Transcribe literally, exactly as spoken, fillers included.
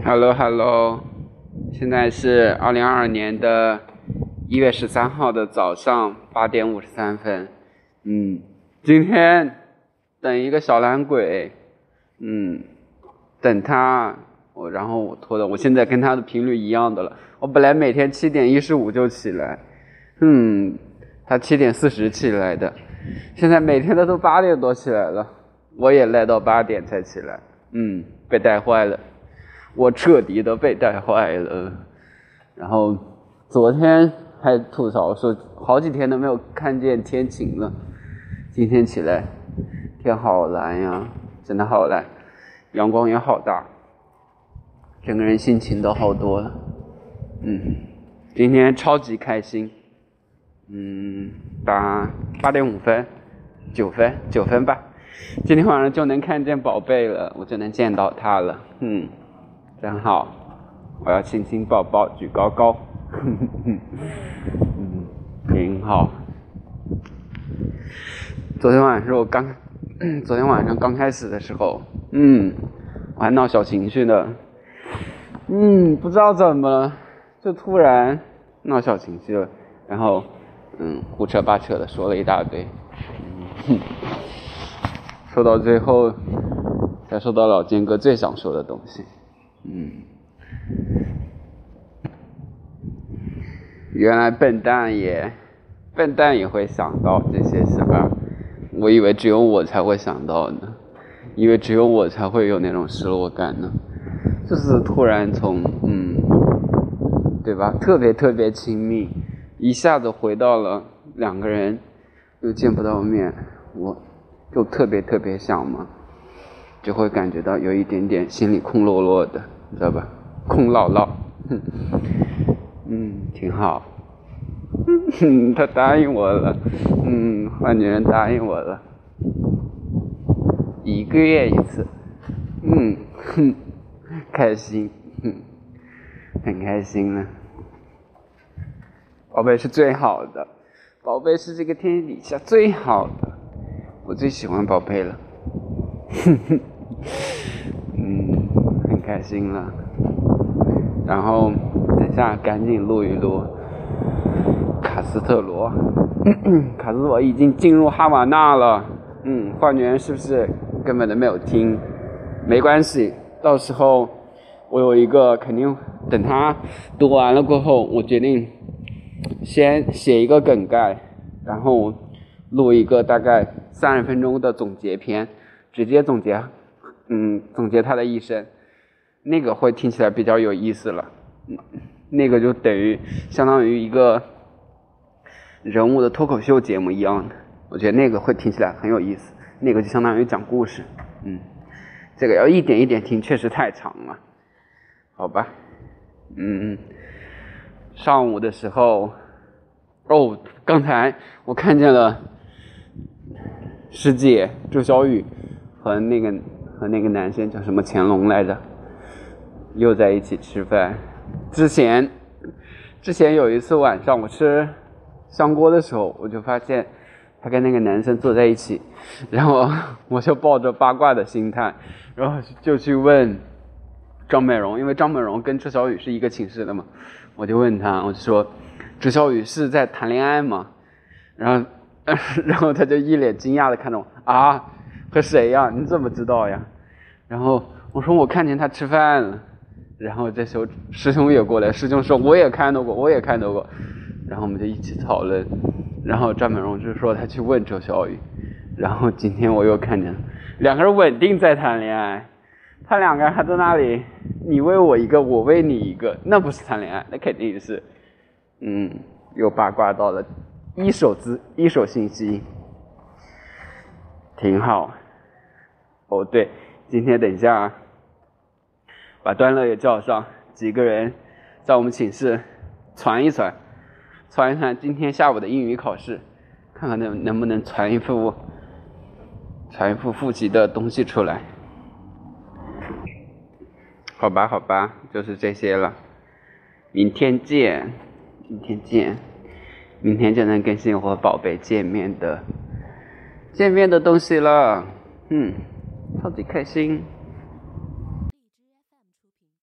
Hello Hello， 现在是二零二二年的一月十三号的早上八点五十三分。嗯，今天等一个小懒鬼，嗯，等他，我然后我拖的，我现在跟他的频率一样的了。我本来每天七点一十五就起来，嗯，他七点四十起来的，现在每天他都八点多起来了，我也赖到八点才起来，嗯，被带坏了。我彻底的被带坏了，然后昨天还吐槽说好几天都没有看见天晴了，今天起来天好蓝呀，真的好蓝，阳光也好大，整个人心情都好多了。嗯，今天超级开心。嗯，八八点五分，九分九分吧，今天晚上就能看见宝贝了，我就能见到他了。嗯。真好，我要亲亲抱抱举高高，嗯，挺好。昨天晚上我刚，昨天晚上刚开始的时候，嗯，我还闹小情绪呢，嗯，不知道怎么了，就突然闹小情绪了，然后，嗯，胡扯八扯的说了一大堆，嗯，说到最后，才说到老坚哥最想说的东西。嗯，原来笨蛋也笨蛋也会想到这些是吧？我以为只有我才会想到呢，以为只有我才会有那种失落感呢。就是突然从嗯，对吧？特别特别亲密，一下子回到了两个人又见不到面，我就特别特别想嘛，就会感觉到有一点点心里空落落的。知道吧？空落落，嗯，挺好。嗯，他答应我了，嗯，换女人答应我了，一个月一次，嗯，哼，开心，哼，很开心呢。宝贝是最好的，宝贝是这个天底下最好的，我最喜欢宝贝了，哼哼，嗯。开心了，然后等下赶紧录一录卡斯特罗。卡斯特罗已经进入哈瓦那了，嗯，换女人是不是根本都没有听？没关系，到时候我有一个肯定等他读完了过后，我决定先写一个梗概，然后录一个大概三十分钟的总结篇，直接总结，嗯，总结他的一生。那个会听起来比较有意思了，那个就等于相当于一个人物的脱口秀节目一样的，我觉得那个会听起来很有意思，那个就相当于讲故事，嗯，这个要一点一点听，确实太长了，好吧，嗯，上午的时候，哦，刚才我看见了师姐周小雨和那个和那个男生叫什么乾隆来着。又在一起吃饭，之前之前有一次晚上我吃香锅的时候，我就发现他跟那个男生坐在一起，然后我就抱着八卦的心态，然后就去问张美容，因为张美容跟周小雨是一个寝室的嘛，我就问他，我就说周小雨是在谈恋爱吗？然后然后他就一脸惊讶的看着我，啊，和谁呀？你怎么知道呀？然后我说我看见他吃饭了。然后这时候师兄也过来，师兄说我也看到过，我也看到过，然后我们就一起讨论，然后张美容就说他去问周小雨，然后今天我又看见两个人稳定在谈恋爱，他两个人还在那里，你为我一个，我为你一个，那不是谈恋爱，那肯定是，嗯，又八卦到了一手资一手信息，挺好。哦对，今天等一下。把端乐也叫上，几个人在我们寝室传一传，传一传今天下午的英语考试，看看能能不能传一副传一副复习的东西出来。好吧，好吧，就是这些了。明天见，明天见，明天就能跟星火宝贝见面的见面的东西了。嗯，超级开心。